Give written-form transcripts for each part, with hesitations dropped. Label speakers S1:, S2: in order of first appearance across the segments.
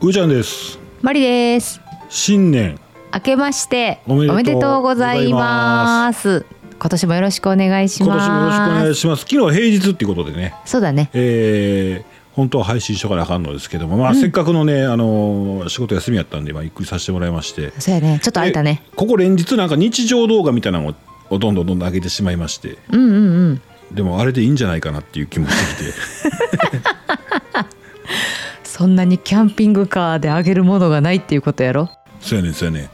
S1: うーちゃんです。
S2: マリです。
S1: 新年
S2: 明けまして
S1: おめでとうございます。
S2: 今年もよろしくお願いします。
S1: 今年もよろしくお願いします。昨日は平日っていうことでね。
S2: そうだね。
S1: 本当は配信しとかなあかんのですけども、せっかくのね、仕事休みやったんで、ゆっくりさせてもらいまして。
S2: そうやね。ちょっと空いたね。
S1: ここ連日なんか日常動画みたいなのをどんどん上げてしまいまして。でもあれでいいんじゃないかなっていう気もしてきて。
S2: そんなにキャンピングカーで上げるものがないっていうことやろ。
S1: そうやねそうやね。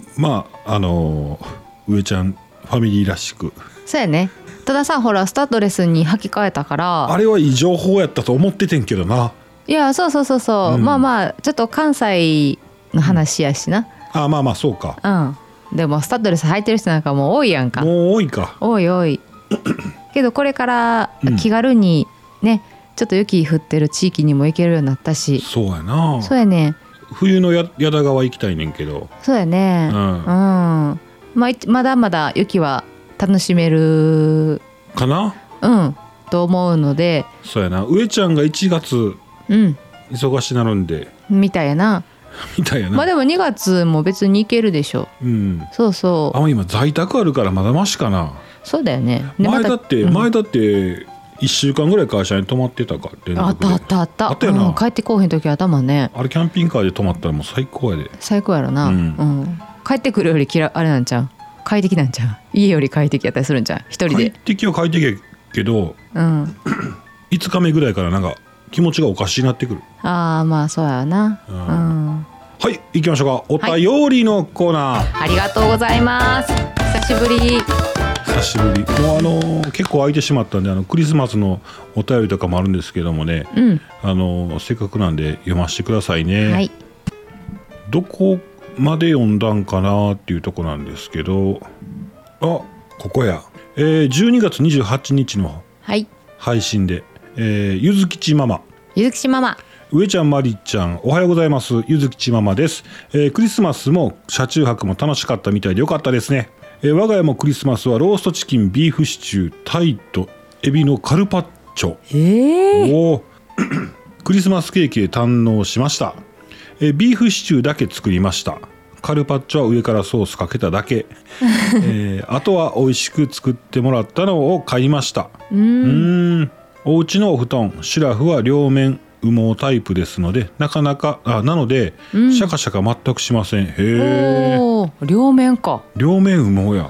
S1: 上ちゃんファミリーらしく。
S2: そうやね。たださ、ほらスタッドレスに履き替えたから、
S1: あれはいい情報やったと思っててんけどな。
S2: いや、そう、まあちょっと関西の話やしな。
S1: そうか。
S2: でもスタッドレス履いてる人なんかもう多いやんか。
S1: もう多いか。
S2: 多いけどこれから気軽にね、ちょっと雪降ってる地域にも行けるようになったし。
S1: そうやな。
S2: そうやね。
S1: 冬の矢田川行きたいねんけど。
S2: そうやね。まだまだ雪は楽しめる
S1: かな。
S2: と思うので。
S1: そうやな。上ちゃんが1月忙しなるんで。
S2: みたいやな。まあでも2月も別に行けるでしょ。そうそう。
S1: 今在宅あるからまだましかな。
S2: そうだよね。
S1: 前だって1週間ぐらい会社に泊まってたから。
S2: あったよな。帰ってこうへん時頭ね。
S1: あれキャンピングカーで泊まったらもう最高やで。
S2: 最高やろな。帰ってくるよりあれなんちゃう、快適なんちゃう。家より快適やったりするんちゃう。一人で。快適は
S1: 快適やけど、5日目ぐらいからなんか気持ちがおかしいなってくる。
S2: まあそうやな。
S1: はい、行きましょうか。お便りのコーナー。
S2: ありがとうございます。久しぶり。
S1: もう結構空いてしまったんで、クリスマスのお便りとかもあるんですけどもね、せっかくなんで読ませてくださいね。はい。どこまで読んだんかなっていうとこなんですけど、ここや。12月28日の配信で、ゆずきちママ。上ちゃん、まりちゃん、おはようございます。ゆずきちママです。クリスマスも車中泊も楽しかったみたいでよかったですね。我が家もクリスマスはローストチキン、ビーフシチュー、タイとエビのカルパッチョ。クリスマスケーキで堪能しました。ビーフシチューだけ作りました。カルパッチョは上からソースかけただけ。あとは美味しく作ってもらったのを買いました。お家のお布団シュラフは両面羽毛タイプですので、なので、シャカシャカ全くしません。
S2: 両面か。
S1: 両面羽毛や。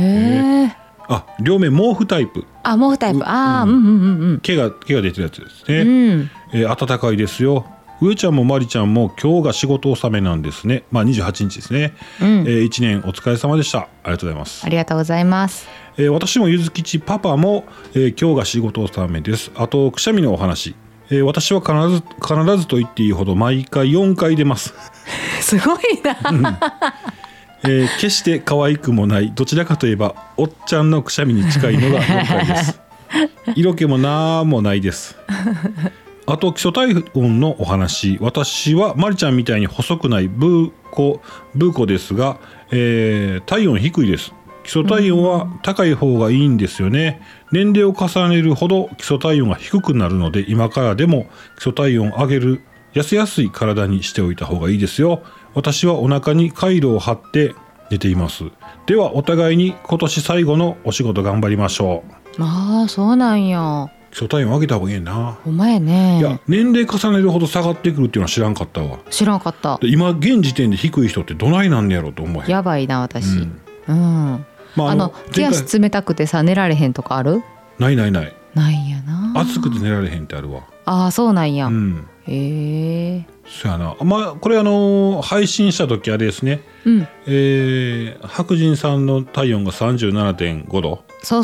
S1: 両面毛布タイプ。
S2: 毛布タイプ。
S1: 毛が出てるやつですね。暖かいですよ。上ちゃんもまりちゃんも今日が仕事納めなんですね。28日ですね。1年お疲れ様でした。ありがとうございます。
S2: ありがとうございます。
S1: 私もゆずきちパパも、今日が仕事納めです。あとくしゃみのお話。私は必ずと言っていいほど毎回4回出ます。
S2: すごいな。
S1: 決して可愛くもない、どちらかといえばおっちゃんのくしゃみに近いのが4回です。色気もなんもないです。あと基礎体温のお話。私はまりちゃんみたいに細くないブーコですが、体温低いです。基礎体温は高い方がいいんですよね。年齢を重ねるほど基礎体温が低くなるので、今からでも基礎体温を上げる痩せやすい体にしておいた方がいいですよ。私はお腹にカイロを貼って寝ています。ではお互いに今年最後のお仕事頑張りましょう。
S2: そうなんや。
S1: 基礎体温上げた方がいいな。
S2: お前ね。
S1: いや、年齢重ねるほど下がってくるっていうのは知らんかったわ。
S2: 知らんかった。
S1: 今現時点で低い人ってどないなんねやろと思う。
S2: やばいな私。手足冷たくてさ寝られへんとかある？
S1: ない。ないんや
S2: な。
S1: 暑くて寝られへんってあるわ。
S2: そうなんや。
S1: そうやな。これ配信した時あれですね。白人さんの体温が 37.5 度。そう。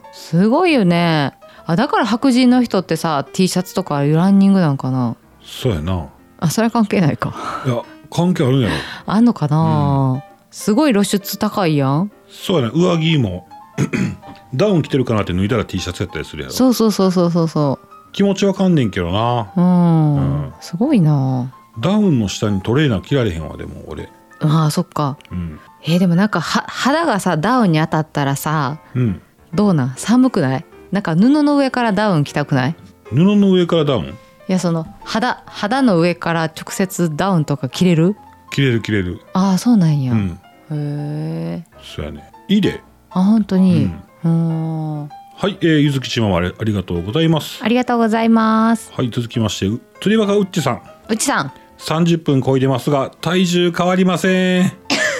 S2: すごいよね。だから白人の人ってさ T シャツとかランニングなんかな。
S1: そうやな。
S2: それは関係ないか。
S1: いや関係あるんやろ。
S2: あんのかな。すごい露出高いやん。
S1: そうやな。上着もダウン着てるかなって脱いだら T シャツやったりするやろ。
S2: そう。気
S1: 持ちわかんねんけどな。
S2: すごいな。
S1: ダウンの下にトレーナー着られへんわ。でも俺。
S2: そっか。でもなんか肌がさダウンに当たったらさ、どうなん？寒くない？なんか布の上からダウン着たくない？
S1: 布の上からダウン？
S2: いやその肌の上から直接ダウンとか着れる？
S1: 着れる。
S2: ああそうなんや。
S1: うん。
S2: へえ。
S1: そうやね。いいで。
S2: あ本当に。
S1: はい、ゆずきちままありがとうございます。
S2: ありがとうございます。
S1: はい、続きまして釣りバカうっちさん。30分超えてますが体重変わりません。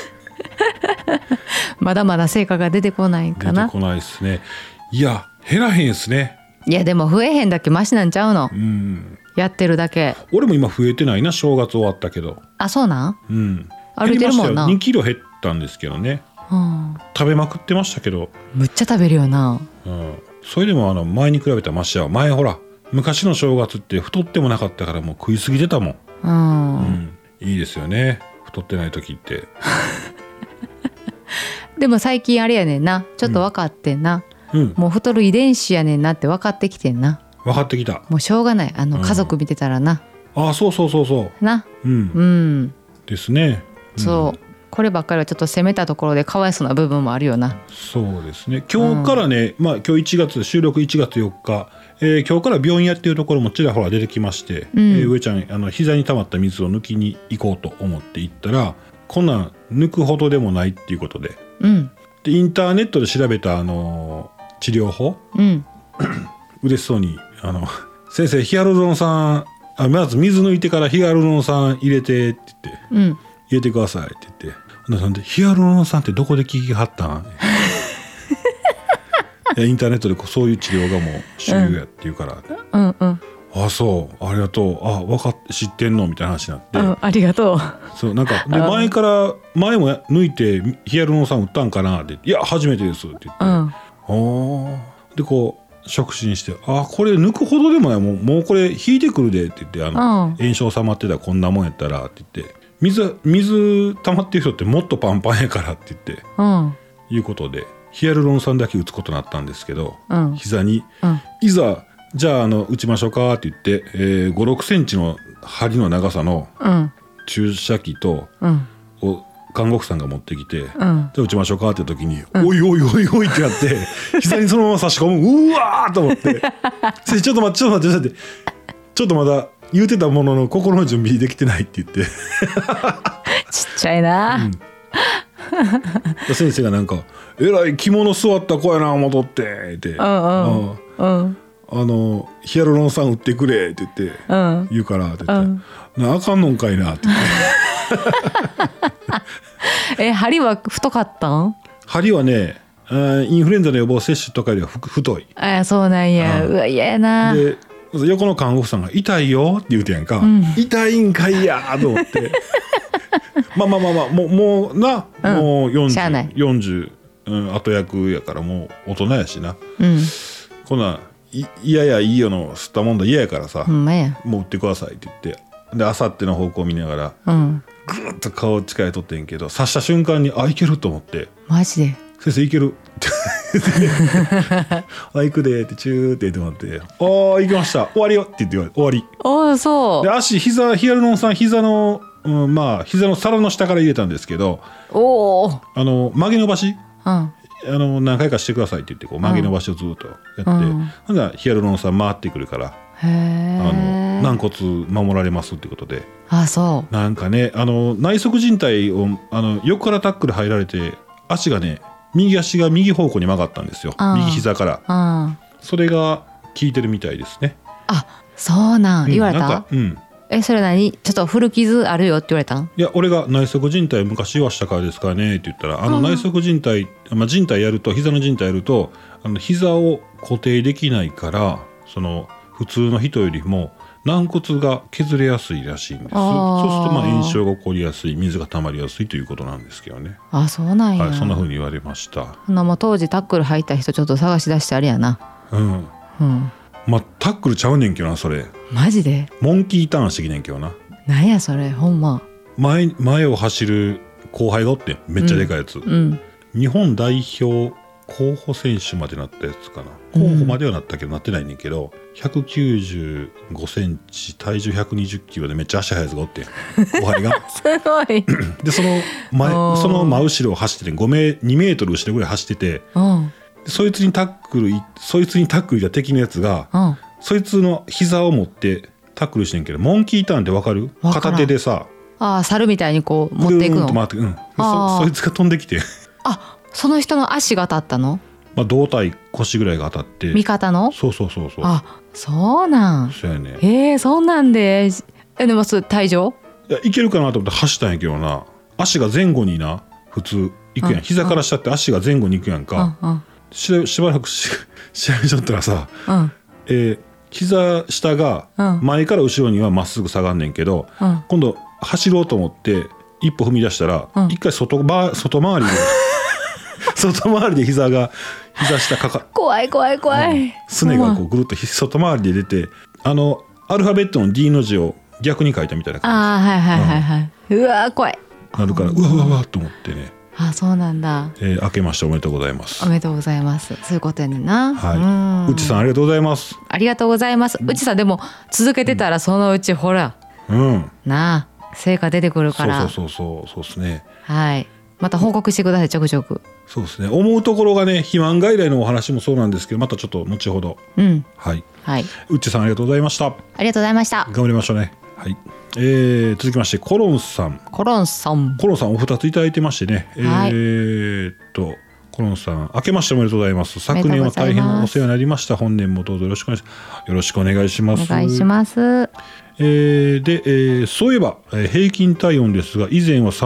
S2: まだまだ成果が出てこないかな。
S1: 出てこないですね。いや減らへんですね。
S2: いやでも増えへんだけマシなんちゃうの。やってるだけ。
S1: 俺も今増えてないな。正月終わったけど。
S2: あそうなん？歩いてるもんな。
S1: 2キロ減ったんですけどね。食べまくってましたけど。
S2: むっちゃ食べるよな。
S1: それでも前に比べたらマシや。前ほら昔の正月って太ってもなかったからもう食いすぎてたもん。いいですよね太ってない時って。で
S2: も最近あれやねんな。ちょっと分かってんな。もう太る遺伝子やねんなって分かってきてんな。
S1: 分かってきた。
S2: もうしょうがない。家族見てたらな。
S1: あそう
S2: な。
S1: ですね。
S2: そうこればっかりはちょっと攻めたところでかわいそうな部分もあるよな。
S1: そうですね。今日からね、今日1月収録1月4日、今日から病院やっていうところもちらほら出てきまして、上ちゃん膝に溜まった水を抜きに行こうと思って行ったらこんなん抜くほどでもないっていうことで、でインターネットで調べた治療法、嬉しそうに先生ヒアルロン酸まず水抜いてからヒアルロン酸入れてって言って、入れてくださいって言って、なんでヒアルロン酸ってどこで聞きはったん？インターネットでそういう治療がもう主流やって言うから、あそうありがとう分かって知ってんのみたいな話になって、
S2: ありがとう。
S1: そうなんかで前も抜いてヒアルロン酸打ったんかなっていや初めてですって言って、でこう触診してこれ抜くほどでもないもうこれ引いてくるでって言って炎症収まってたらこんなもんやったらって言って水溜まってる人ってもっとパンパンやからって言って、いうことでヒアルロン酸だけ打つことになったんですけど、膝に、いざじゃあ打ちましょうかって言って、5、6センチの針の長さの注射器と、看護婦さんが持ってきて、じゃあ打ちましょうかって時に、おいおいおいおいってやって膝にそのまま差し込む。うわーと思ってちょっと待ってちょっとまだ言うてたものの心の準備できてないって言ってちっ
S2: ちゃいな、
S1: 先生がなんかえらい着物座った子やな思っとってって、ヒアルロン酸打ってくれって言って、言うからって言って、あかんのんかいなって言って
S2: 針は太かったん？
S1: 針はねインフルエンザの予防接種とかよりは太い。
S2: そうなんや。うわ嫌やな。
S1: で横の看護婦さんが痛いよって言うてやんか、痛いんかいやと思ってまあもう40、後役やからもう大人やしな、こんないややいいよの吸ったもんだ嫌やからさ、もう打ってくださいって言って、であさっての方向を見ながら、ぐーっと顔近いとってんけど刺した瞬間にいけると思って、
S2: マジで
S1: 先生いけるって行くでってチューって言ってもらって行きました終わりよって言って終わり。
S2: そう
S1: でヒアルロン酸膝の膝の皿の下から入れたんですけど、曲げ伸ばし、何回かしてくださいって言って曲げ伸ばしをずっとやって、なんかヒアルロン酸回ってくるから軟骨守られますってことで、
S2: そう
S1: なんかね内側靭帯を横からタックル入られて右足が右方向に曲がったんですよ、右膝から、それが効いてるみたいですね。
S2: そうなん言われた？それ何ちょっと古傷あるよって言われたん？い
S1: や俺が内側靭帯昔はしたからですからねって言ったら内側靭帯、靭帯やると膝の靭帯やると膝を固定できないから普通の人よりも軟骨が削れやすいらしいんです。そうすると炎症が起こりやすい、水が溜まりやすいということなんですけどね。
S2: そうなんや、
S1: そんな風に言われました。
S2: もう当時タックル入った人ちょっと探し出してあれやな。
S1: タックルちゃうねんけどなそれ。
S2: マジで
S1: モンキーターンしてきねんけどな。
S2: なんやそれほんま。
S1: 前を走る後輩がおってめっちゃでかいやつ、日本代表候補選手までなったやつかな、候補まではなったけどなってないねんけど、195センチ体重120キロでめっちゃ足速いやつがおって後輩が
S2: すごい
S1: でその真後ろを走ってて2メートル後ろぐらい走ってて、そいつにタックルいた敵のやつが、そいつの膝を持ってタックルしてんけど、モンキーターンってわかる？片手でさ、
S2: 猿みたいにこう持っていくの。
S1: 回って、そいつが飛んできて
S2: その人の足が当たったの？
S1: 胴体腰ぐらいが当たって。
S2: 味方の？
S1: そう
S2: そうなん。
S1: そうやね。
S2: そうなんで。でもそれ退場？
S1: いけるかなと思って走ったんやけどな、足が前後にな普通行くやん、膝から下って足が前後に行くやんか。しばらく試合しとったらさ、膝下が前から後ろにはまっすぐ下がんねんけど、今度走ろうと思って一歩踏み出したら、一回外回りで外回りで膝下かかっ
S2: 怖い、
S1: すねがこうぐるっと外回りで出て、アルファベットの D の字を逆に書いたみたいな
S2: 感じ。うわ怖い
S1: なるから、うわと思ってね。
S2: そうなんだ。
S1: 明けましておめでとうございます。
S2: おめでとうございます。そういうことやねんな。
S1: うちさんありがとうございます。
S2: ありがとうございます。うちさんでも続けてたらそのうちほら、なあ成果出てくるから。
S1: そうですね。
S2: はい。また報告してください、ちょくちょく。
S1: そうですね。思うところがね、肥満外来のお話もそうなんですけど、またちょっと後ほど。はい。うっちさんありがとうございました。
S2: ありがとうございました。
S1: 頑張りましょうね。はい。続きましてコロンさんお二ついただいてましてね。コロンさん明けましておめでとうございます。昨年は大変お世話になりました。本年もどうぞよろしくお願いします。よろしくお願いします。
S2: お願いします。
S1: で、そういえば、平均体温ですが以前は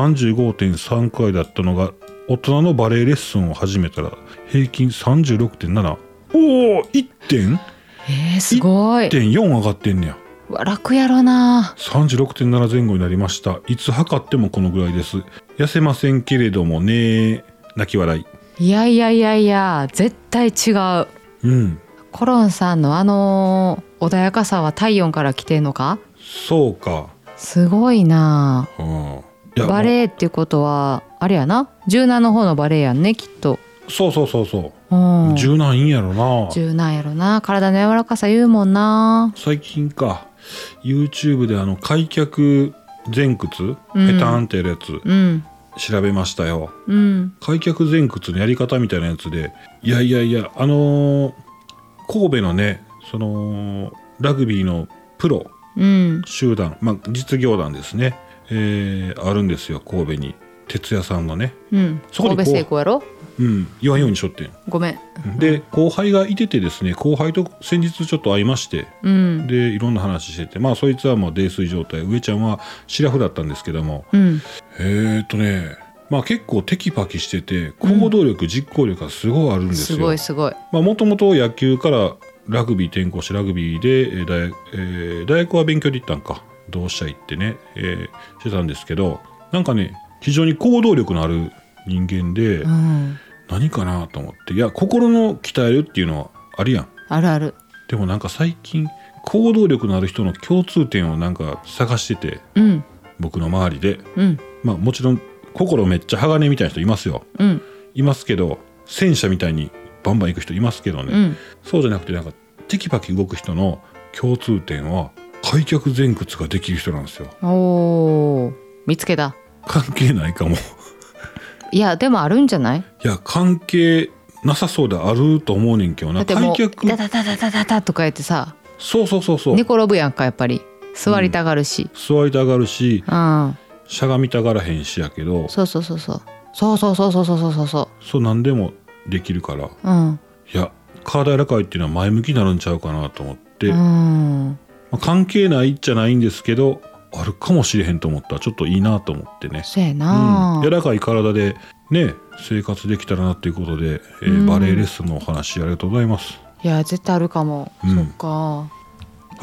S1: 35.3 回だったのが大人のバレエレッスンを始めたら平均 36.7。 おお 1点
S2: すごい
S1: 1.4 上がってんねや。
S2: 楽やろな。
S1: 36.7 前後になりました。いつ測ってもこのぐらいです。痩せませんけれどもね。泣き笑い。
S2: いや絶対違う。コロンさんの穏やかさは体温から来てんのか。
S1: そうか。
S2: すごいな。バレエっていうことはあれやな、柔軟の方のバレエやんねきっと。
S1: そう柔軟いいんやろな。
S2: 柔軟やろな。体の柔らかさ言うもんな。
S1: 最近か YouTube で開脚前屈、ペタンってやるやつ、調べましたよ。開脚前屈のやり方みたいなやつで、いや神戸のねそのラグビーのプロ集団、実業団ですね、あるんですよ神戸に。鉄屋さんのね、
S2: そこに神戸製鋼やろ。
S1: 言わんようにしょってん。
S2: ごめん。
S1: で後輩がいててですね、後輩と先日ちょっと会いまして、でいろんな話してて、そいつはもう泥酔状態、上ちゃんはシラフだったんですけども、結構テキパキしてて行動力、実行力がすごいあるんですよ。
S2: すごい。
S1: もともと野球からラグビー転向してラグビーで、大学は勉強で行ったんか、同志社行ってね、してたんですけど、なんかね非常に行動力のある人間で、何かなと思って。いや心の鍛えるっていうのはあるやん。
S2: ある。
S1: でもなんか最近行動力のある人の共通点をなんか探してて、僕の周りで、もちろん心めっちゃ鋼みたいな人いますよ、いますけど、戦車みたいにバンバン行く人いますけどね、そうじゃなくてなんかテキパキ動く人の共通点は開脚前屈ができる人なんですよ。
S2: おー、見つけた。
S1: 関係ないかも。
S2: いやでもあるんじゃない？
S1: いや関係なさそうであると思うねんけどな。
S2: だってもうダダとか言ってさ、
S1: そう
S2: 寝転ぶやんか。やっぱり座りたがるし、し
S1: ゃがみたがらへんしやけど、
S2: そう
S1: 何でもできるから、いや体柔らかいっていうのは前向きになるんちゃうかなと思って、関係ないじゃないんですけどあるかもしれへんと思ったらちょっといいなと思ってね。
S2: そうやな、
S1: 柔らかい体でね生活できたらなっていうことで、バレエレッスンのお話ありがとうございます。
S2: いや絶対あるかも、そっか。
S1: はい、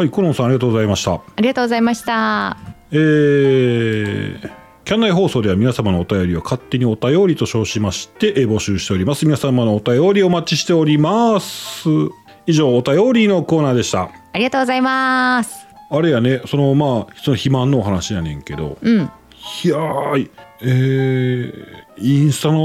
S1: コロンさんありがとうございました。
S2: ありがとうございました。
S1: キャンナイ放送では皆様のお便りを勝手にお便りと称しまして、募集しております。皆様のお便りお待ちしております。以上お便りのコーナーでした。
S2: ありがとうございます。
S1: あれやね、その肥満のお話やねんけど、いやインスタ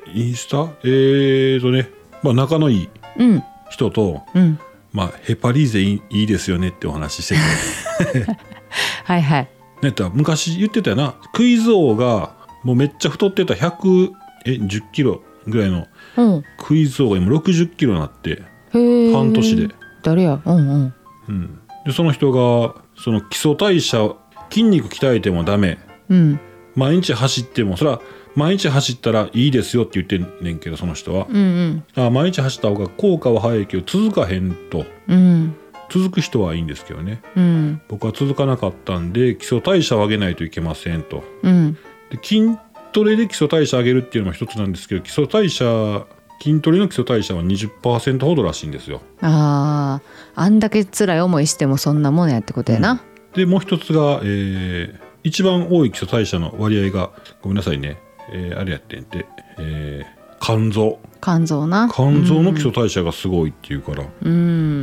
S1: 仲のいい人と、ヘパリーゼいいですよねってお話ししてて
S2: はい
S1: 昔言ってたよな。クイズ王がもうめっちゃ太ってた10キロぐらいのクイズ王が今60キロになって、半年で。
S2: 誰や？
S1: でその人がその基礎代謝、筋肉鍛えてもダメ、
S2: うん、
S1: 毎日走ってもそれは毎日走ったらいいですよって言ってんねんけど、その人は、
S2: うんうん、
S1: 毎日走った方が効果は早いけど続かへんと、
S2: うん、
S1: 続く人はいいんですけどね、
S2: うん、僕
S1: は続かなかったんで基礎代謝を上げないといけませんと、
S2: うん、
S1: で筋トレで基礎代謝上げるっていうのも一つなんですけど、筋トレの基礎代謝は 20% ほどらしいんですよ。
S2: あんだけ辛い思いしてもそんなもんやってことやな、
S1: うん、でもう一つが、一番多い基礎代謝の割合がごめんなさいね、あれやってんて、肝臓の基礎代謝がすごいっていうから、
S2: うん、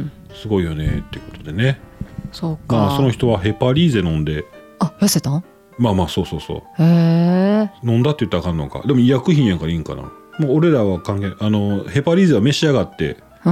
S1: すごいよねっていうことでね。
S2: そうか、
S1: その人はヘパリーゼ飲んで
S2: 痩せたん？
S1: そう
S2: へえ。
S1: 飲んだって言ったらあかんのか。でも医薬品やからいいんかな。もう俺らは関係ヘパリーゼは召し上がって、
S2: うん、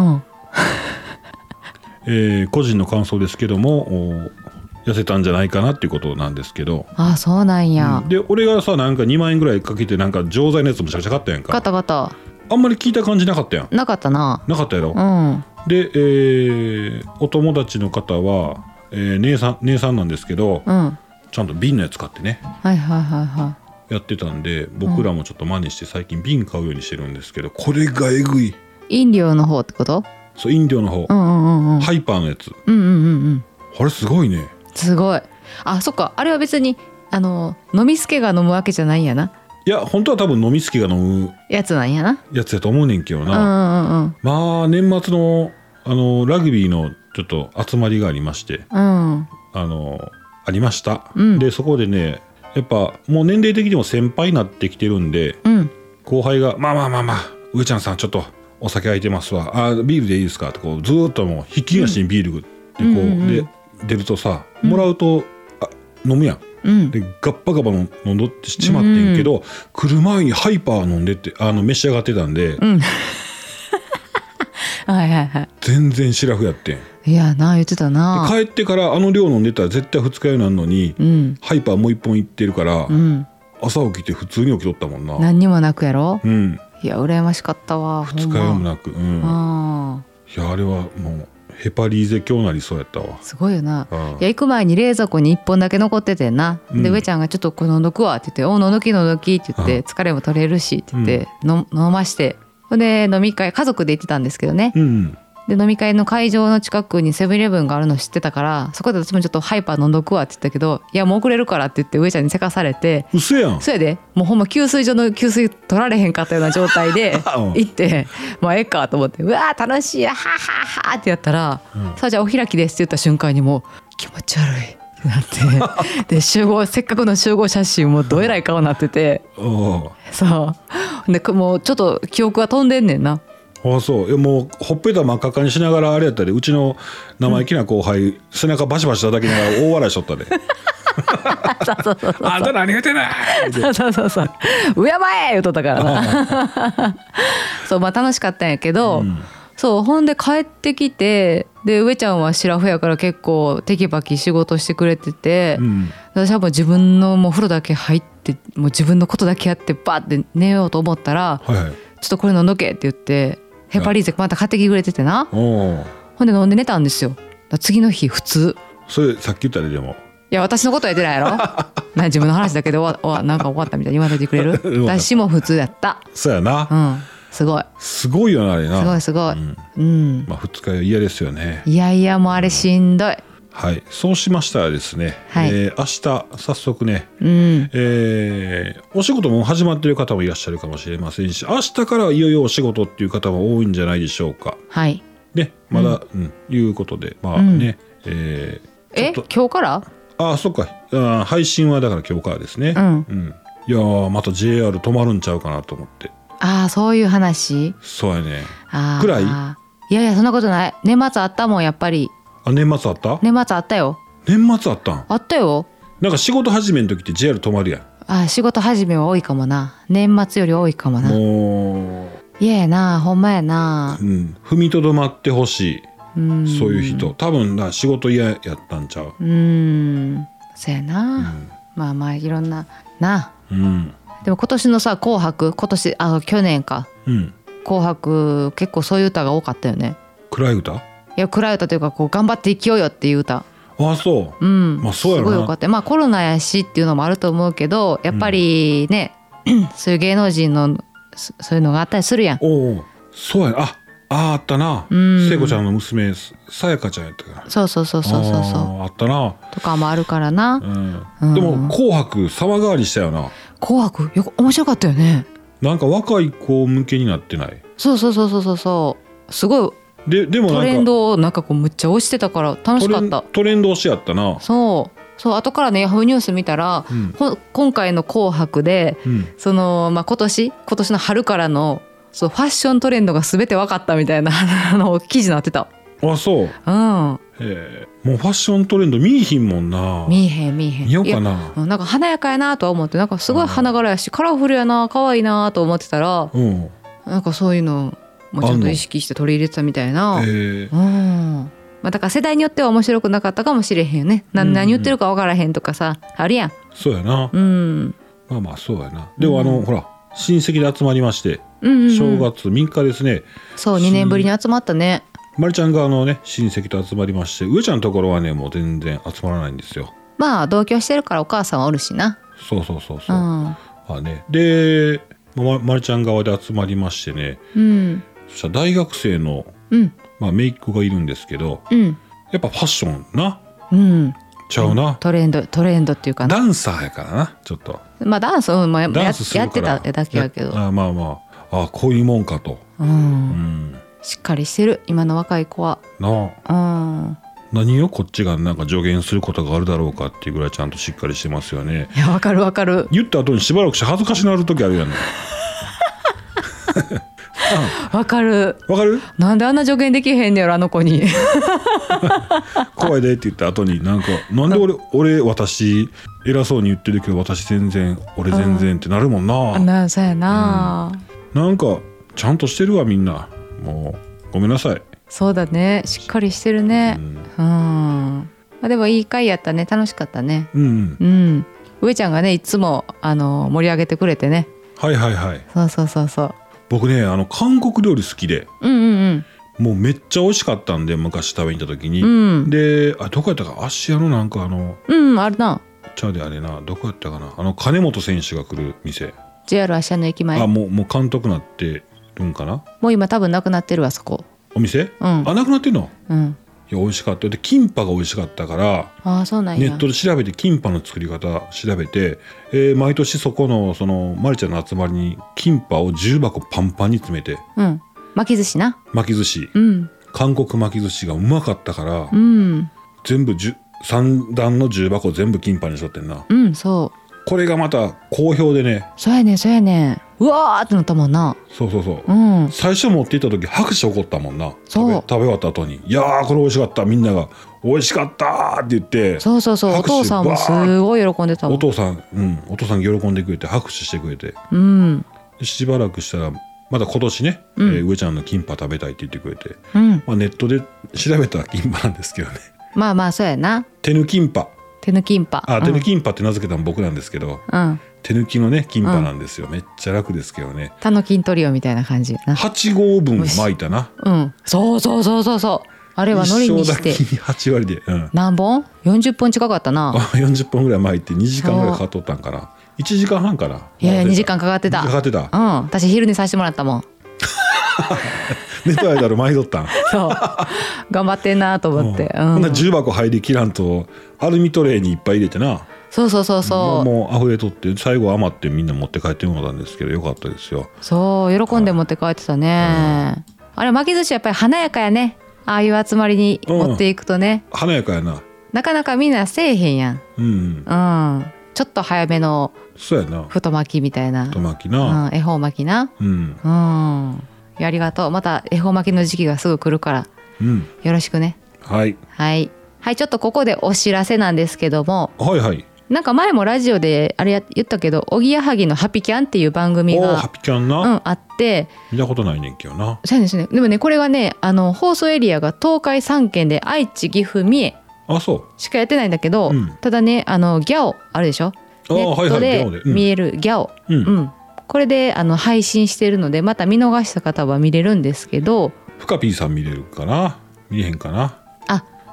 S1: 個人の感想ですけども痩せたんじゃないかなっていうことなんですけど。
S2: そうなんや、
S1: で俺がさなんか2万円ぐらいかけてなんか錠剤のやつもちゃくちゃ買ったやんか。
S2: 買った
S1: あんまり聞いた感じなかったやん。
S2: なかったや
S1: ろ、
S2: うん、
S1: で、お友達の方は、姉さんなんですけど、
S2: うん、
S1: ちゃんと瓶のやつ買ってね、やってたんで僕らもちょっと真似して最近瓶買うようにしてるんですけど、これがえぐい。
S2: 飲料の方ってこと？
S1: そう飲料の方、ハイパーのやつ、あれすごいね。
S2: すごい。そっか、あれは別に飲みすけが飲むわけじゃないんやな。
S1: いや本当は多分飲みすけが飲む
S2: やつなんやな。
S1: やつやと思うねんけどな、まあ年末のラグビーのちょっと集まりがありまして、ありました、でそこでねやっぱもう年齢的にも先輩になってきてるんで、後輩がまあ上ちゃんさんちょっとお酒空いてますわ、ビールでいいですかってこうずーっともうひっきりなしにビールでで出るとさ、もらうと飲むやん、でガッパガバ飲んどってしまってんけど、来る前にハイパー飲んでって召し上がってたんで、全然シラフやってん。
S2: いやな、言ってたな。
S1: 帰ってから量飲んでたら絶対二日酔いなんのに、ハイパーもう一本いってるから、朝起きて普通に起きとったもんな。
S2: 何にもなくやろ。いや羨ましかったわ。
S1: 二日酔いもなく、いやあれはもうヘパリーゼ強なりそうやったわ。
S2: すごいよな。いや行く前に冷蔵庫に1本だけ残っててんな、で上ちゃんがちょっとこれ飲んどくわって言って、お飲んどきって言って、疲れも取れるしって言って、飲まして、ほんで飲み会家族で行ってたんですけどね、で飲み会の会場の近くにセブンイレブンがあるの知ってたから、そこで私もちょっとハイパー飲んどくわって言ったけど、いやもう遅れるからって言って上ちゃんにせかされて、
S1: 嘘やん。
S2: そうやで、もうほんま給水所の給水取られへんかったような状態で行ってまあええかと思って、うわー楽しいやはははってやったら、さあじゃあお開きですって言った瞬間にもう気持ち悪いってなってでせっかくの集合写真もどえらい顔になっててそうでもうちょっと記憶が飛んでんねんな。
S1: そういやもうほっぺた真っ赤っかにしながらあれやったで、うちの生意気な後輩、背中バシバシ叩きながら大笑いしとったであんた何やってない
S2: そう上前言うとったからなそうまあ楽しかったんやけど、そうほんで帰ってきて、で上ちゃんはシラフやから結構テキパキ仕事してくれてて、私はもう自分のもう風呂だけ入ってもう自分のことだけやってバーって寝ようと思ったら、ちょっとこれ飲んどけって言ってヘパリーゼまた買ってきてくれててな、ほんで飲んで寝たんですよ。次の日普通。
S1: それさっき言ったで。でも
S2: いや私のことは言ってないやろ自分の話だけでなんか終わったみたいに言わないでくれる私も普通やった。
S1: そうやな、
S2: すごい
S1: よなあれな。
S2: すごい、
S1: まあ二日酔い嫌ですよね。
S2: いやもうあれしんどい。
S1: はい、そうしましたらですね、明日早速ね、お仕事も始まっている方もいらっしゃるかもしれませんし、明日からいよいよお仕事っていう方も多いんじゃないでしょうか。
S2: はい
S1: ね、まだ、いうことでまあね、
S2: 今日から？
S1: そっか、配信はだから今日からですね。いやまた JR 止まるんちゃうかなと思って。
S2: そういう話。
S1: そうやね。くらい？
S2: いやそんなことない。年末あったもんやっぱり。
S1: 年末あった？
S2: 年末あったよ。
S1: 年末あったん？あ
S2: ったよ。
S1: なんか仕事始めの時って JR 止まるやん。
S2: 仕事始めは多いかもな。年末より多いかもな。
S1: もう
S2: 嫌やな、ほんまやな。
S1: 踏みとどまってほしい。そういう人多分仕事嫌やったんちゃう。
S2: そうやな、まあいろんなな、でも今年のさ紅白、去年か、紅白結構そういう歌が多かったよね。
S1: 暗い歌？
S2: いや暗い歌というかこう頑張って生きようよっていう歌。
S1: あそう、
S2: うん
S1: そうやろな、
S2: すごいよかった。コロナやしっていうのもあると思うけど、やっぱりね、そういう芸能人のそういうのがあったりするやん。
S1: おそうやな。あったな、聖子ちゃんの娘さやかちゃんやったから。
S2: そう
S1: あったな
S2: とかもあるからな、
S1: でも紅白様変わりしたよな。
S2: 紅白面白かったよね。
S1: なんか若い子向けになってない？
S2: そうすごい。でもトレンドをなんかこうむっちゃ押してたから楽しかった。
S1: トレンド押しやったな。
S2: そう後からねヤフーニュース見たら、今回の紅白で、その今年の春からのファッショントレンドが全て分かったみたいな記事になってた。
S1: あそう、もうファッショントレンド見えひんもんな。見ようかな。
S2: なんか華やかやなとは思って、なんかすごい花柄やし、カラフルやな、可愛いなと思ってたら、なんかそういうのもちゃんと意識して取り入れてたみたいな。だから世代によっては面白くなかったかもしれへんよね。何言ってるか分からへんとかさ、あるやん。
S1: そうやな。そうやな。でもほら親戚で集まりまして、正月3日ですね。
S2: そう2年ぶりに集まったね。
S1: まりちゃん側のね親戚と集まりまして、上ちゃんのところはねもう全然集まらないんですよ。同居してるからお母さんはおるしな。そう。で、まりちゃん側で集まりましてね、そしたら大学生の、姪っ子がいるんですけど、やっぱファッションな、ちゃうな、
S2: トレンドっていうかな、
S1: ダンサーやからな、ちょっと
S2: ダンス、やってただけやけど、
S1: こういうもんかと、
S2: しっかりしてる今の若い子はな。
S1: 何をこっちがなんか助言することがあるだろうかっていうぐらいちゃんとしっかりしてますよね。
S2: いや、わかる。
S1: 言った後にしばらくして恥ずかしなる時あるやんね。
S2: わかる。なんであんな助言できへんねやろあの子に。
S1: 怖いでって言った後になんで俺私偉そうに言ってるけど私全然ってなるもんな。
S2: そうやな、
S1: なんかちゃんとしてるわみんな。もうごめんなさい。そう
S2: だね、しっかりしてるね。でもいい回やったね。楽しかったね。上ちゃんがねいつも盛り上げてくれてね。そう。
S1: 僕ね韓国料理好きで、もうめっちゃ美味しかったんで昔食べに行った時に、でどこやったか芦屋のなんか
S2: あるな。
S1: ちゃうであれな、どこやったかな、金本選手が来る店、
S2: JR 芦屋の駅前。
S1: もう監督なってるんかな。
S2: もう今多分なくなってるわそこ。
S1: お店？なくなってるの？いや美味しかった。でキンパが美味しかったから、
S2: そうなんや。
S1: ネットで調べてキンパの作り方調べて、毎年そこのまりちゃんの集まりにキンパを10箱パンパンに詰めて、
S2: 巻き寿司な。
S1: 韓国巻き寿司がうまかったから、全部3段の10箱全部キンパにしとってんな。これがまた好評でね。そうやね。うわーってなったもんな。そう、最初持っていった時拍手起こったもんな。食べ終わった後に、いやーこれ美味しかった、みんなが美味しかったって言って、お父さんもすごい喜んでたもん。お父さん喜んでくれて拍手してくれて、でしばらくしたらまた今年ね、上ちゃんのキンパ食べたいって言ってくれて、ネットで調べたらキンパなんですけどね。そうやな。手抜キンパ手抜キンパって名付けたの僕なんですけど、手抜きのねキンパなんですよ。めっちゃ楽ですけどね。タノキントリオみたいな感じな。8合分巻いたな。そう。あれは海苔にして一生だけに8割で、何本 ?40 本近かったな。40本ぐらい巻いて2時間ぐらいかかっとったんかな。1時間半かな。いや2時間かかってた。私昼寝させてもらったもん。寝た間巻いとったん。そう頑張ってんなと思って、ほんな10箱入りきらんとアルミトレーにいっぱい入れてな。そうもう溢れとって最後余ってみんな持って帰ってもらったんですけどよかったですよ。そう喜んで持って帰ってたね。あれ巻き寿司やっぱり華やかやね。ああいう集まりに持っていくとね、華やかやな。なかなかみんなせえへんやん。ちょっと早めの太巻きみたいな。太巻きな、恵方巻きな。ありがとう。また恵方巻きの時期がすぐ来るから、よろしくね。はい、ちょっとここでお知らせなんですけども、なんか前もラジオであれ言ったけど、おぎやはぎのハピキャンっていう番組がハピキャンな、あって見たことないねんけどな。そうですね。でもねこれがね放送エリアが東海3県で愛知岐阜三重しかやってないんだけど、ただねギャオあるでしょ。ネットで見えるギャオ、これで配信してるので、また見逃した方は見れるんですけど、ふかぴーさん見れるかな、見れへんかな。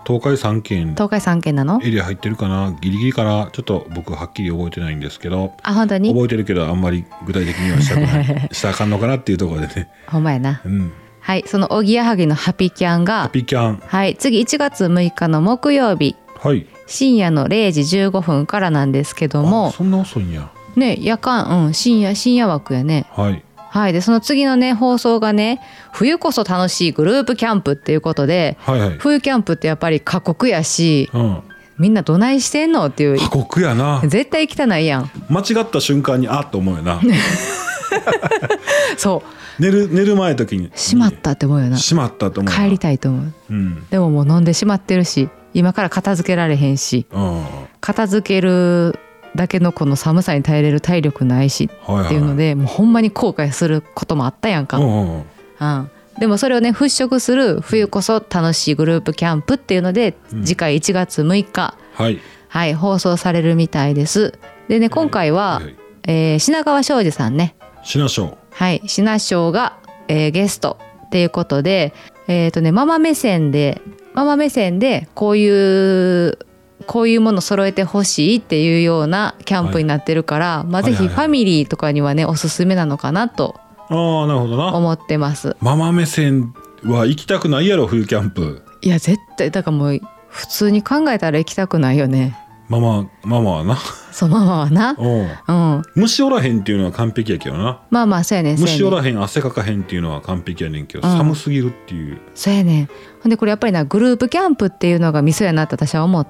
S1: 東海3県
S2: 東海3県なの
S1: エリア入ってるかな、ギリギリかな、ちょっと僕はっきり覚えてないんですけど。
S2: あ、本当に
S1: 覚えてるけどあんまり具体的にはしたくないしたらあかんのかなっていうところでね。
S2: ほんまやな、
S1: うん、
S2: はい、そのおぎやはぎのハピキャンが
S1: ハピキャン、
S2: はい、次1月6日の木曜日、
S1: はい、
S2: 深夜の0時15分からなんですけども。
S1: そんな遅いんや
S2: ね、夜間、深夜枠やね。
S1: はい
S2: はい、でその次のね放送がね、冬こそ楽しいグループキャンプっていうことで、
S1: はいはい、
S2: 冬キャンプってやっぱり過酷やし、
S1: うん、
S2: みんなどないしてんのっていう。
S1: 過酷やな。
S2: 絶対行きたないやん。
S1: 間違った瞬間にあっと思うよな
S2: そう
S1: 寝る前時に
S2: しまったって思うよな。
S1: しまったと思う。
S2: 帰りたいと思う、
S1: うん、
S2: でももう飲んでしまってるし、今から片付けられへんし、
S1: うん、
S2: 片付けるだけのこの寒さに耐えれる体力ないしっていうので、もうほんまに後悔することもあったやんか、うん、でもそれをね払拭する冬こそ楽しいグループキャンプっていうので、次回1月6日、はいはい、放送されるみたいです。でね、今回は、品川庄司さんね、
S1: 品庄、
S2: はい、品庄が、ゲストっていうことで、ママ目線でこういうもの揃えてほしいっていうようなキャンプになってるから、はい、ぜひファミリーとかにはねおすすめなのかなと思ってます。
S1: ママ目線は行きたくないやろ、冬キャンプ。
S2: いや絶対だからもう普通に考えたら行きたくないよね。
S1: ママはな。
S2: そう、ママはな、うん、
S1: 虫おらへんっていうのは完璧やけどな。
S2: まあそうやねん。
S1: 虫おらへん、汗かかへんっていうのは完璧やねんけど、寒すぎるっていう。
S2: そうやねん。ほんでこれやっぱりな、グループキャンプっていうのがミソやなって私は思って、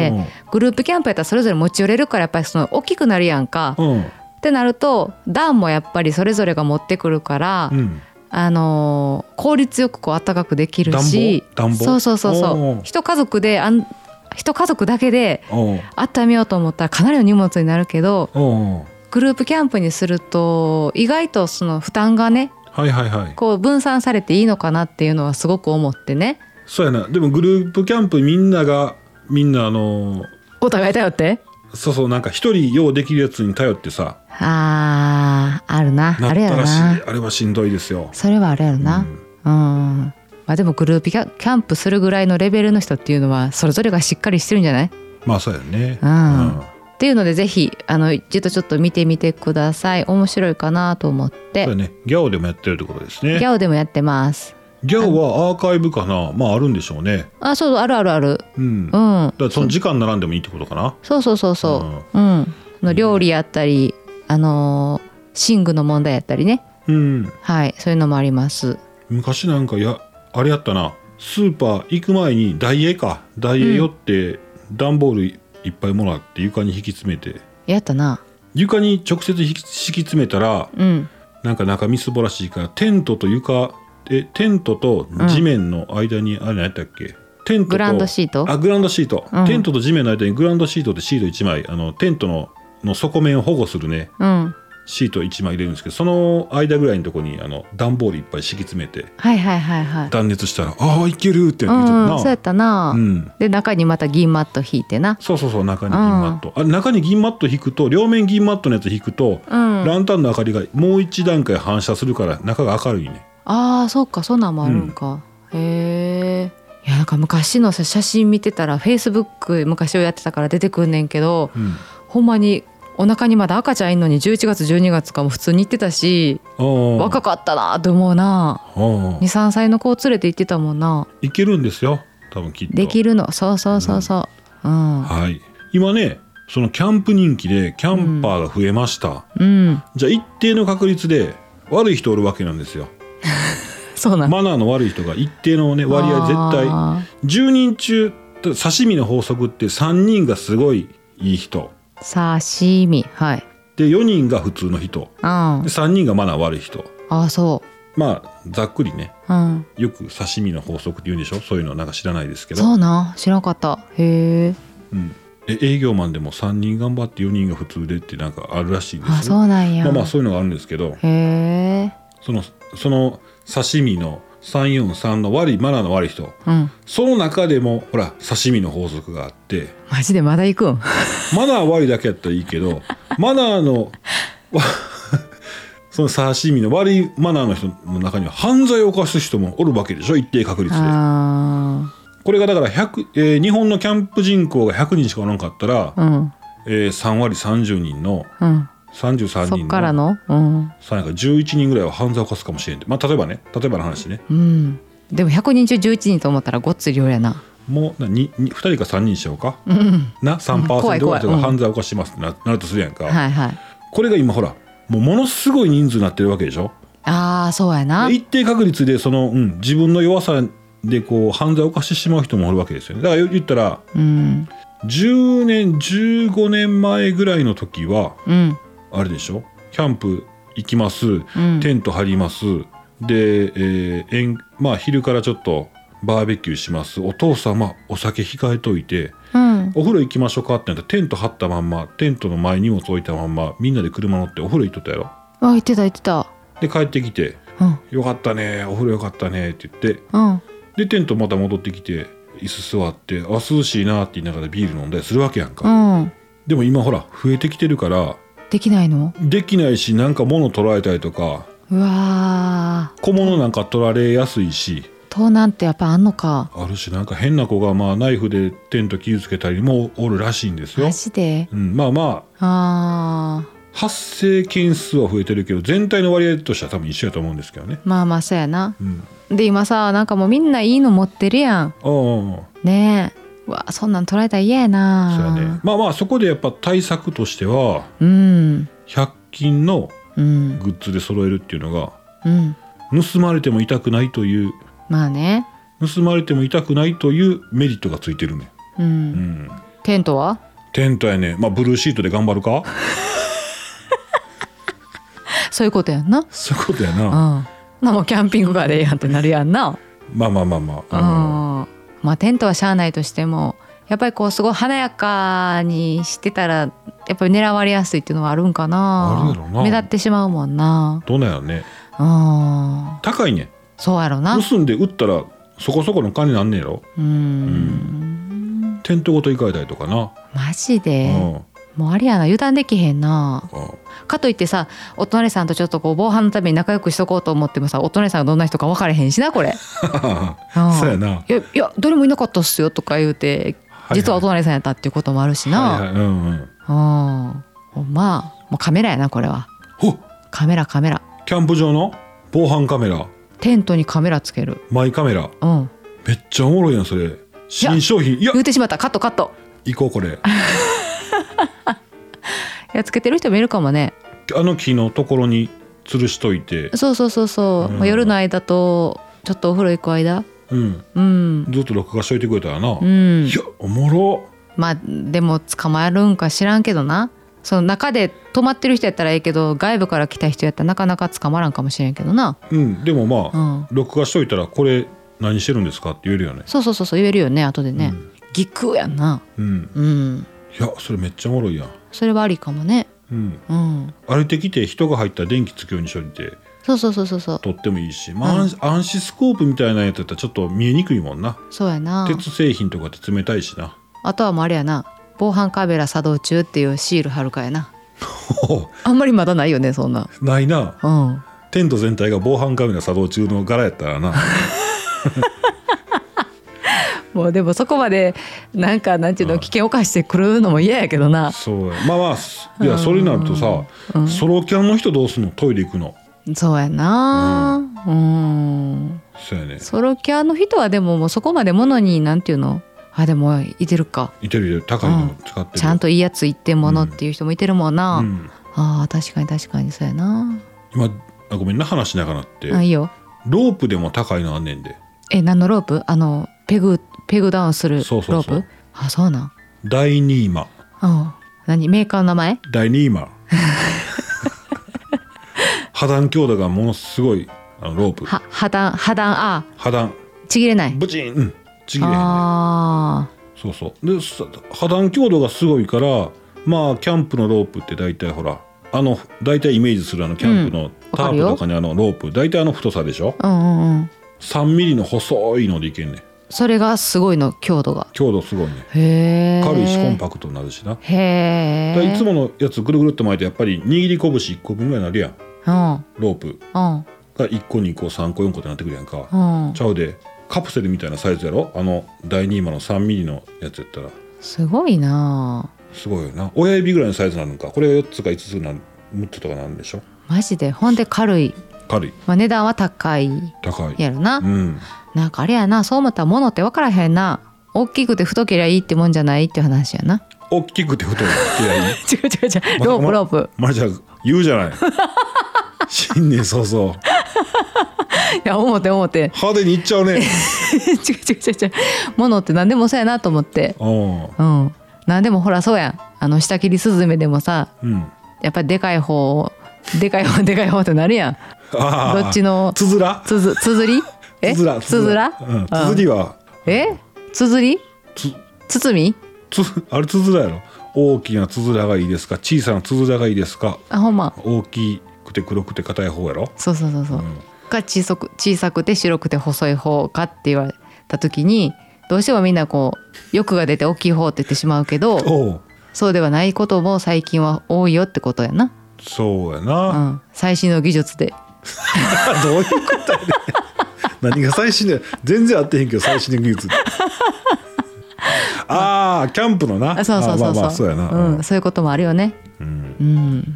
S2: グループキャンプやったらそれぞれ持ち寄れるから、やっぱりその大きくなるやんか、ってなると暖もやっぱりそれぞれが持ってくるから、効率よくこう暖かくできるし、そう一家族だけで温めようと思ったらかなりの荷物になるけど、グループキャンプにすると意外とその負担がね、こう分散されていいのかなっていうのはすごく思ってね。
S1: そうやな。でもグループキャンプみんな
S2: お互い頼って、
S1: そうなんか一人用できるやつに頼ってさ、
S2: あるな、あれやろな。
S1: あれはしんどいですよ。
S2: それはあれやろな。でもグループキャンプするぐらいのレベルの人っていうのはそれぞれがしっかりしてるんじゃない？
S1: そうやね。
S2: っていうのでぜひ一度ちょっと見てみてください。面白いかなと思って。
S1: そうやね。ギャオでもやってるってことですね。
S2: ギャオでもやってます。
S1: ギャオはアーカイブかな。あるんでしょうね。
S2: そうある。だから
S1: その時間並んでもいいってことかな。
S2: そう料理やったり寝具の問題やったりね、はい、そういうのもあります。
S1: 昔なんかあれやったな、スーパー行く前にダイエー寄って段ボールいっぱいもらって床に引き詰めて
S2: やったな。
S1: 床に直接敷き詰めたら、なんか中みすぼらしいからテントと地面の間にあれ何やったっけ、
S2: グランドシート。
S1: グランドシート、テントと地面の間にグランドシートでシート1枚テントの底面を保護するね、シート1枚入れるんですけど、その間ぐらいのところに段ボールいっぱい敷き詰めて、断熱したらいけるって言ってたな。
S2: そうやったな。で中にまた銀マット引いてな。
S1: そう中に銀マット、中に銀マット引くと、両面銀マットのやつ引くと、ランタンの明かりがもう一段階反射するから中が明るいね。
S2: そうか、そんなんもあるんか。へえ。いやなんか昔の写真見てたら、フェイスブック昔をやってたから出てくんねんけど、ほんまにお腹にまだ赤ちゃんいんのに11月12月かも普通に行ってたし、若かったなって思うな。2、3歳の子を連れて行ってたもんな。
S1: いけるんですよ多分きっと。
S2: できるの。そう、
S1: はい。今ね、そのキャンプ人気でキャンパーが増えました、じゃあ一定の確率で悪い人おるわけなんですよ。
S2: そうなん。
S1: マナーの悪い人が一定の、割合絶対10人中、刺身の法則って3人がすごいいい人、
S2: 刺身、
S1: で4人が普通の人、で3人がマナー悪い人。
S2: そう。
S1: ざっくりね、よく刺身の法則って言うんでしょ。そういうのなんか知らないですけど。
S2: そうな、知らなかった。へえ。
S1: 営業マンでも3人頑張って4人が普通でってなんかあるらしいんですよ。
S2: そうなんや。
S1: そういうのがあるんですけど、
S2: へえ。
S1: その刺身の343の悪いマナーの悪い人、その中でもほら刺身の法則があって、
S2: マジでまだ行くん？
S1: マナー悪いだけやったらいいけどマナーのその刺身の悪いマナーの人の中には犯罪を犯す人もおるわけでしょ、一定確率で。 これがだから日本のキャンプ人口が100人しかおらんかったら、3割30人の、33人の
S2: そっからの、
S1: 11人ぐらいは犯罪を犯すかもしれんで、例えばの話ね、
S2: でも100人中11人と思ったらごっつい量やな。
S1: もう2人か3人しようか、3% ぐらいが犯罪を犯しますってなるとするやんか、これが今ほらものすごい人数になってるわけでしょ。
S2: そうやな。
S1: 一定確率で自分の弱さでこう犯罪を犯してしまう人もおるわけですよね。だから言ったら、10年15年前ぐらいの時は、あれでしょ、キャンプ行きます、テント張りますで、昼からちょっとバーベキューします、お父様お酒控えといて、お風呂行きましょうかってなったらテント張ったまんま、テントの前に荷物置いたまんまみんなで車乗ってお風呂行っとったやろ。
S2: 行ってた。
S1: で帰ってきて、よかったねお風呂よかったねって言って、でテントまた戻ってきて椅子座って涼しいなって言いながらビール飲んだりするわけやんか、でも今ほら増えてきてるから
S2: できないの？
S1: できないし、なんか物取られたりとか、
S2: うわ
S1: 小物なんか取られやすいし、
S2: 盗難ってやっぱあんのか。
S1: あるし、なんか変な子がナイフでテント傷つけたりもおるらしいんですよ。
S2: マジで？
S1: 発生件数は増えてるけど全体の割合としては多分一緒やと思うんですけどね。
S2: そうやな、で今さなんかもうみんないいの持ってるやん。ねえ、そんなん取られたら嫌やな。
S1: そうやね。そこでやっぱ対策としては、100均のグッズで揃えるっていうのが、盗まれても痛くないという、盗まれても痛くないというメリットがついてるね。テントは？テントやね。ブルーシートで頑張るか。
S2: そういうことやんな。
S1: そういうことやな。
S2: もうキャンピングカーでええやんってなるやんな。テントはしゃあないとしても、やっぱりこうすごい華やかにしてたらやっぱり狙われやすいっていうのはあるんかな。
S1: あるやろな。
S2: 目立ってしまうもんな。
S1: どうなんやろね。高いね。
S2: そうやろな。
S1: 盗んで売ったらそこそこの金なんねやろ。テントごと行かれたりとかな。
S2: マジで、もうあれやな、油断できへんな。かといってさ、お隣さんとちょっとこう防犯のために仲良くしとこうと思ってもさ、お隣さんがどんな人か分かれへんしなこれ。
S1: そうやな。
S2: いや誰もいなかったっすよとか言うて、実はお隣さんやったっていうこともあるしな。もうカメラやなこれは。カメラ。キ
S1: ャンプ場の防犯カメラ。
S2: テントにカメラつける。
S1: マイカメラ。めっちゃおもろいやんそれ。新商品。
S2: 言うてしまった。カット。
S1: 行こうこれ。
S2: つけてる人もいるかもね。
S1: 木のところに吊るしといて。
S2: そう、夜の間とちょっとお風呂行く間、ずっと録画しといてくれたらな。いやおもろ。でも捕まるんか知らんけどな。その中で泊まってる人やったらいいけど、外部から来た人やったらなかなか捕まらんかもしれんけどな。
S1: でも録画しといたらこれ何してるんですかって言えるよね。
S2: そう言えるよね後でね。ぎくやんな。
S1: いやそれめっちゃおもろいやん。
S2: それはありかもね。
S1: 歩いてきて人が入ったら電気つくようにしといて。そう撮ってもいいし、暗視スコープみたいなやつだったらちょっと見えにくいもんな。
S2: そうやな。
S1: 鉄製品とかって冷たいしな。
S2: あとはもうあれやな、防犯カメラ作動中っていうシール貼るかやな。あんまりまだないよねそんな。
S1: ないな。テント全体が防犯カメラ作動中の柄やったらな。も
S2: うでもそこまでなんていうの、危険を冒してくるのも嫌やけどな。
S1: そうや。いやそれになるとさ、ソロキャンの人どうすんの？トイレ行くの。
S2: そうやな。
S1: そうやね。
S2: ソロキャンの人はでももうそこまで物になんていうの、でもいてるか。
S1: いてる高いの使ってる。
S2: ちゃんといいやつ一点物っていう人もいてるもんな。確かにそうやな。
S1: 今ごめんな話しながらって。
S2: いいよ。
S1: ロープでも高いのあんねんで。
S2: 何のロープ？ペグダウンするロープ？そうなん。
S1: ダイニーマ。
S2: 何メーカーの名前？
S1: ダイニーマ。破断強度がものすごいロープ。
S2: 破断ちぎれない。
S1: ブチン。ちぎれへんね。で破断強度がすごいから、キャンプのロープって大体ほら大体イメージするキャンプのタープとかにロープ大体太さでしょ。3ミリの細いのでいけんね。
S2: それがすごいの。強度
S1: すごいね。軽いしコンパクトになるしな。いつものやつぐるぐるっと巻いてやっぱり握り拳1個分ぐらいになるやん。ロープが1個2個3個4個ってなってくるやんか。ちゃうでカプセルみたいなサイズやろ。第2マの3ミリのやつやったら
S2: すごいな。
S1: すごいよな。親指ぐらいのサイズなのか。これが4つか5つなん6つとかなんでしょ。
S2: マジで。ほんで軽い。まあ、値段は高いやろな、うん、なんかあれやな。そう思ったら物って分からへんな。大きくて太けりゃいいってもんじゃないっていう話やな。
S1: 大きくて太けりゃいい
S2: 違うロープ
S1: まじゃ言うじゃない新年早々い
S2: や思って
S1: 派手にいっちゃうね違う
S2: 物って何でもそうやなと思って、うん、何でもほらそうやん。下切りスズメでもさ、うん、やっぱりでかい方ってなるやん。どっちの
S1: つづら
S2: つづりつづら
S1: つづりは
S2: つづり包み
S1: あれつづらやろ。大きなつづらがいいですか小さなつづらがいいですか。
S2: あほんま。
S1: 大きくて黒くて硬い方やろ。
S2: そう、うん、か小さくて白くて細い方かって言われた時にどうしてもみんなこう欲が出て大きい方って言ってしまうけどそうではないことも最近は多いよってことやな。
S1: そうやな、
S2: うん、最新の技術で
S1: どういうことやね何が最新で全然合ってへんけど最新の技術ああキャンプのな。
S2: そう
S1: そうやな、
S2: うん、そういうこともあるよね、うんうん、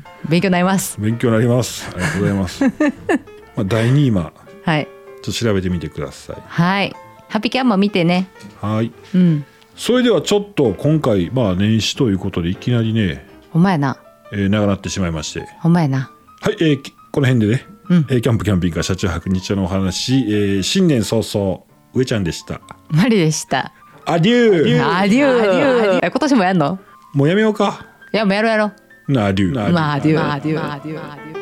S2: 勉強になります。
S1: 勉強になります。ありがとうございますまあ第2今
S2: はい
S1: ちょっと調べてみてください。
S2: はいハッピーキャンも見てね。
S1: はい、
S2: うん、
S1: それではちょっと今回まあ年始ということでいきなりね
S2: ほんまやな、
S1: 長なってしまいまして
S2: ほんまやな。
S1: はい、この辺でね、うん、キャンプキャンピングカー車中泊日常のお話、新年早々上ちゃんでした。
S2: マリでした。
S1: アデュー
S2: アデュー。今年もやんの？
S1: もうやめようか。
S2: いやもうやろう。
S1: アデュー。
S2: アデュー。